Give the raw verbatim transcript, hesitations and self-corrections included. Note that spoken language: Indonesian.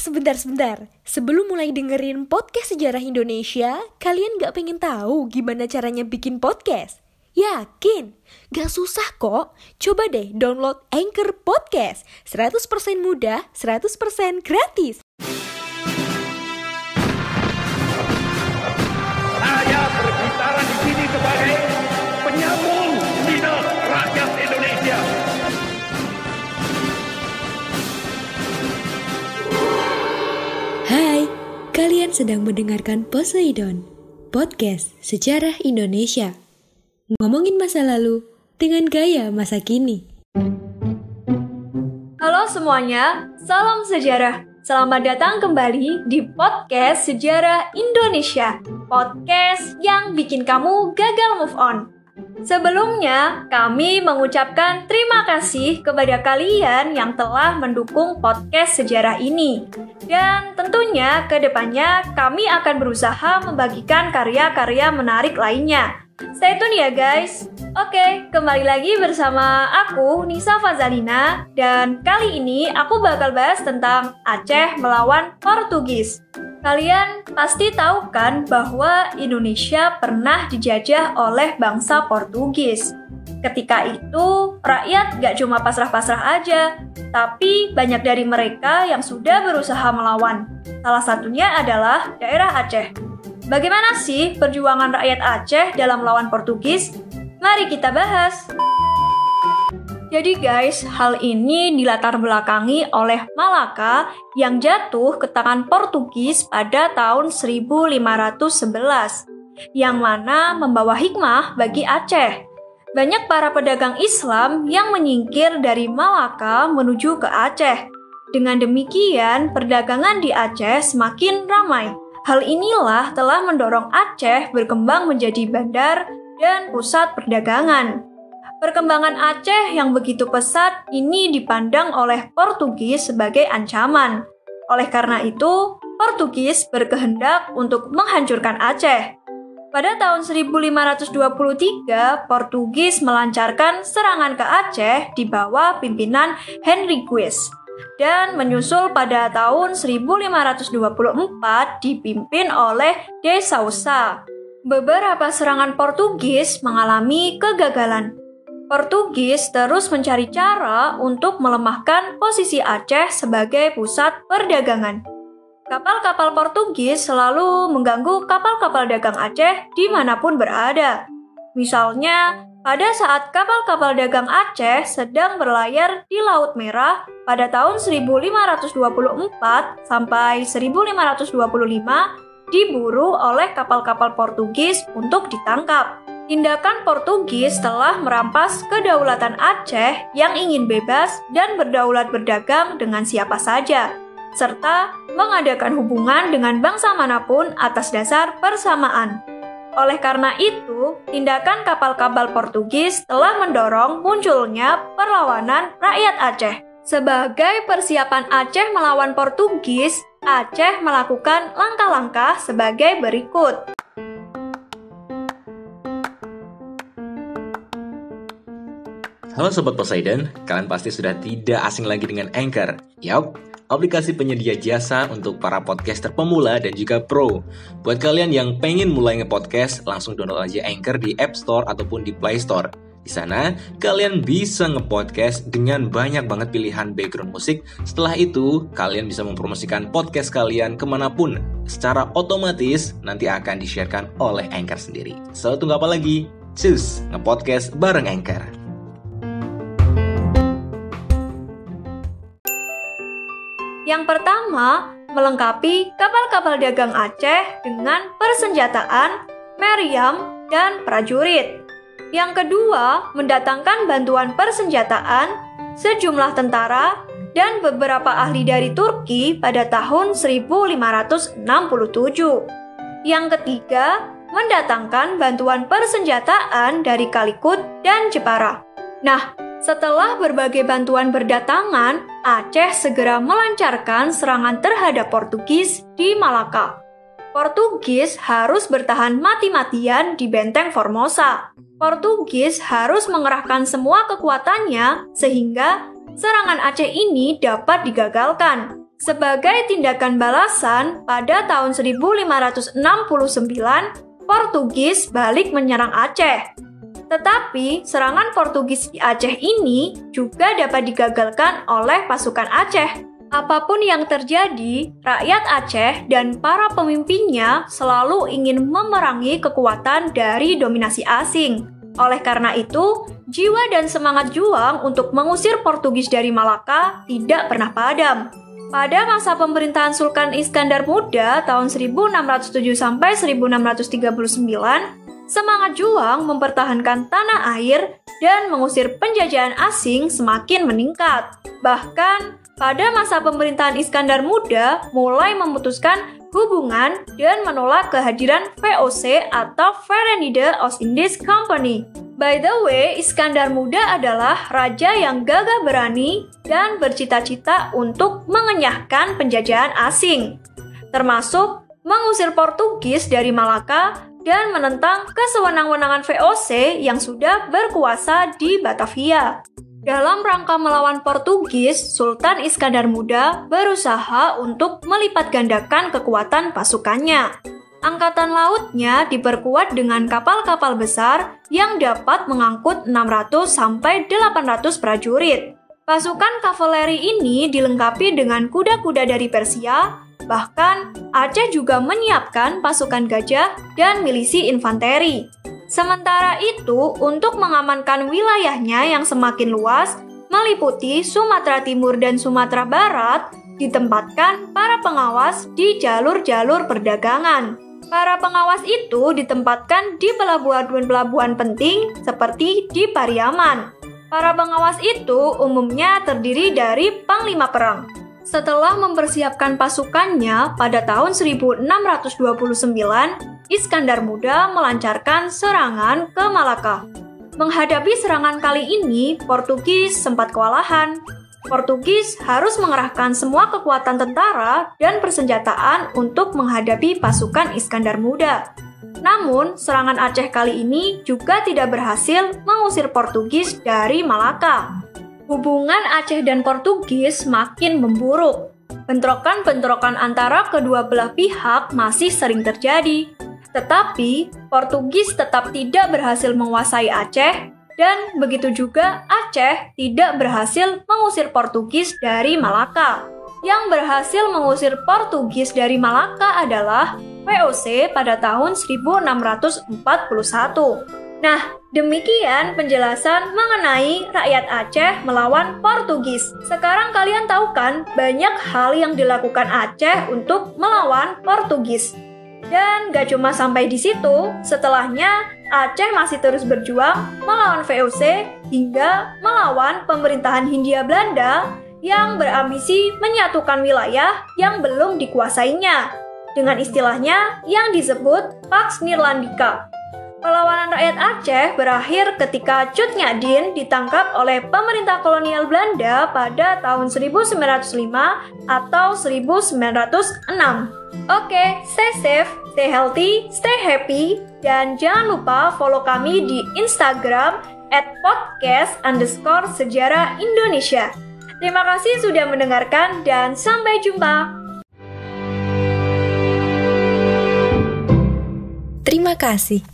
sebentar-sebentar. Sebelum mulai dengerin podcast Sejarah Indonesia, kalian gak pengen tahu gimana caranya bikin podcast? Yakin? Gak susah kok. Coba deh download Anchor Podcast. seratus persen mudah, seratus persen gratis. Saya berbicara di sini sebagai penyambung lidah rakyat Indonesia. Hai, kalian sedang mendengarkan Poseidon, podcast sejarah Indonesia. Ngomongin masa lalu dengan gaya masa kini. Halo semuanya, salam sejarah. Selamat datang kembali di podcast Sejarah Indonesia, podcast yang bikin kamu gagal move on. Sebelumnya, kami mengucapkan terima kasih kepada kalian yang telah mendukung podcast sejarah ini. Dan tentunya ke depannya kami akan berusaha membagikan karya-karya menarik lainnya. Stay tune ya guys. Oke, kembali lagi bersama aku Nisa Fazalina. Dan kali ini aku bakal bahas tentang Aceh melawan Portugis. Kalian pasti tahu kan bahwa Indonesia pernah dijajah oleh bangsa Portugis. Ketika itu, rakyat gak cuma pasrah-pasrah aja, tapi banyak dari mereka yang sudah berusaha melawan. Salah satunya adalah daerah Aceh. Bagaimana sih perjuangan rakyat Aceh dalam melawan Portugis? Mari kita bahas. Jadi guys, hal ini dilatar belakangi oleh Malaka yang jatuh ke tangan Portugis pada tahun seribu lima ratus sebelas, yang mana membawa hikmah bagi Aceh. Banyak para pedagang Islam yang menyingkir dari Malaka menuju ke Aceh. Dengan demikian, perdagangan di Aceh semakin ramai. Hal inilah telah mendorong Aceh berkembang menjadi bandar dan pusat perdagangan. Perkembangan Aceh yang begitu pesat ini dipandang oleh Portugis sebagai ancaman. Oleh karena itu, Portugis berkehendak untuk menghancurkan Aceh. Pada tahun seribu lima ratus dua puluh tiga, Portugis melancarkan serangan ke Aceh di bawah pimpinan Henriques. Dan menyusul pada tahun seribu lima ratus dua puluh empat dipimpin oleh De Sousa. Beberapa serangan Portugis mengalami kegagalan. Portugis terus mencari cara untuk melemahkan posisi Aceh sebagai pusat perdagangan. Kapal-kapal Portugis selalu mengganggu kapal-kapal dagang Aceh dimanapun berada. Misalnya, pada saat kapal-kapal dagang Aceh sedang berlayar di Laut Merah pada tahun seribu lima ratus dua puluh empat sampai seribu lima ratus dua puluh lima diburu oleh kapal-kapal Portugis untuk ditangkap. Tindakan Portugis telah merampas kedaulatan Aceh yang ingin bebas dan berdaulat berdagang dengan siapa saja, serta mengadakan hubungan dengan bangsa manapun atas dasar persamaan. Oleh karena itu, tindakan kapal-kapal Portugis telah mendorong munculnya perlawanan rakyat Aceh. Sebagai persiapan Aceh melawan Portugis, Aceh melakukan langkah-langkah sebagai berikut. Halo Sobat Poseidon, kalian pasti sudah tidak asing lagi dengan Anchor. Yap, aplikasi penyedia jasa untuk para podcaster pemula dan juga pro. Buat kalian yang pengen mulai nge-podcast, langsung download aja Anchor di App Store ataupun di Play Store. Di sana, kalian bisa nge-podcast dengan banyak banget pilihan background musik. Setelah itu, kalian bisa mempromosikan podcast kalian kemanapun. Secara otomatis, nanti akan di-sharekan oleh Anchor sendiri. So, tunggu apa lagi? Cus, nge-podcast bareng Anchor. Yang pertama, melengkapi kapal-kapal dagang Aceh dengan persenjataan, meriam, dan prajurit. Yang kedua, mendatangkan bantuan persenjataan, sejumlah tentara, dan beberapa ahli dari Turki pada tahun seribu lima ratus enam puluh tujuh. Yang ketiga, mendatangkan bantuan persenjataan dari Kalikut dan Jepara. Nah, setelah berbagai bantuan berdatangan, Aceh segera melancarkan serangan terhadap Portugis di Malaka. Portugis harus bertahan mati-matian di benteng Formosa. Portugis harus mengerahkan semua kekuatannya sehingga serangan Aceh ini dapat digagalkan. Sebagai tindakan balasan, pada tahun seribu lima ratus enam puluh sembilan, Portugis balik menyerang Aceh. Tetapi, serangan Portugis di Aceh ini juga dapat digagalkan oleh pasukan Aceh. Apapun yang terjadi, rakyat Aceh dan para pemimpinnya selalu ingin memerangi kekuatan dari dominasi asing. Oleh karena itu, jiwa dan semangat juang untuk mengusir Portugis dari Malaka tidak pernah padam. Pada masa pemerintahan Sultan Iskandar Muda tahun seribu enam ratus tujuh sampai seribu enam ratus tiga puluh sembilan, semangat juang mempertahankan tanah air dan mengusir penjajahan asing semakin meningkat. Bahkan, pada masa pemerintahan Iskandar Muda mulai memutuskan hubungan dan menolak kehadiran V O C atau Verenigde Oost-Indisch Company. By the way, Iskandar Muda adalah raja yang gagah berani dan bercita-cita untuk mengenyahkan penjajahan asing, termasuk mengusir Portugis dari Malaka dan menentang kesewenang-wenangan V O C yang sudah berkuasa di Batavia. Dalam rangka melawan Portugis, Sultan Iskandar Muda berusaha untuk melipat gandakan kekuatan pasukannya. Angkatan lautnya diperkuat dengan kapal-kapal besar yang dapat mengangkut enam ratus sampai delapan ratus prajurit. Pasukan kavaleri ini dilengkapi dengan kuda-kuda dari Persia, bahkan Aceh juga menyiapkan pasukan gajah dan milisi infanteri. Sementara itu, untuk mengamankan wilayahnya yang semakin luas, meliputi Sumatera Timur dan Sumatera Barat, ditempatkan para pengawas di jalur-jalur perdagangan. Para pengawas itu ditempatkan di pelabuhan-pelabuhan penting seperti di Pariaman. Para pengawas itu umumnya terdiri dari panglima perang. Setelah mempersiapkan pasukannya pada tahun seribu enam ratus dua puluh sembilan, Iskandar Muda melancarkan serangan ke Malaka. Menghadapi serangan kali ini, Portugis sempat kewalahan. Portugis harus mengerahkan semua kekuatan tentara dan persenjataan untuk menghadapi pasukan Iskandar Muda. Namun, serangan Aceh kali ini juga tidak berhasil mengusir Portugis dari Malaka. Hubungan Aceh dan Portugis makin memburuk. Bentrokan-bentrokan antara kedua belah pihak masih sering terjadi. Tetapi, Portugis tetap tidak berhasil menguasai Aceh, dan begitu juga Aceh tidak berhasil mengusir Portugis dari Malaka. Yang berhasil mengusir Portugis dari Malaka adalah V O C pada tahun seribu enam ratus empat puluh satu. Nah, demikian penjelasan mengenai rakyat Aceh melawan Portugis. Sekarang kalian tahu kan banyak hal yang dilakukan Aceh untuk melawan Portugis. Dan gak cuma sampai di situ, setelahnya Aceh masih terus berjuang melawan V O C hingga melawan pemerintahan Hindia Belanda yang berambisi menyatukan wilayah yang belum dikuasainya, dengan istilahnya yang disebut Pax Nirlandika. Perlawanan rakyat Aceh berakhir ketika Cut Nyak ditangkap oleh pemerintah kolonial Belanda pada tahun seribu sembilan ratus lima atau seribu sembilan ratus enam. Oke, stay safe, stay healthy, stay happy, dan jangan lupa follow kami di Instagram at podcast underscore sejarah Indonesia. Terima kasih sudah mendengarkan dan sampai jumpa. Terima kasih.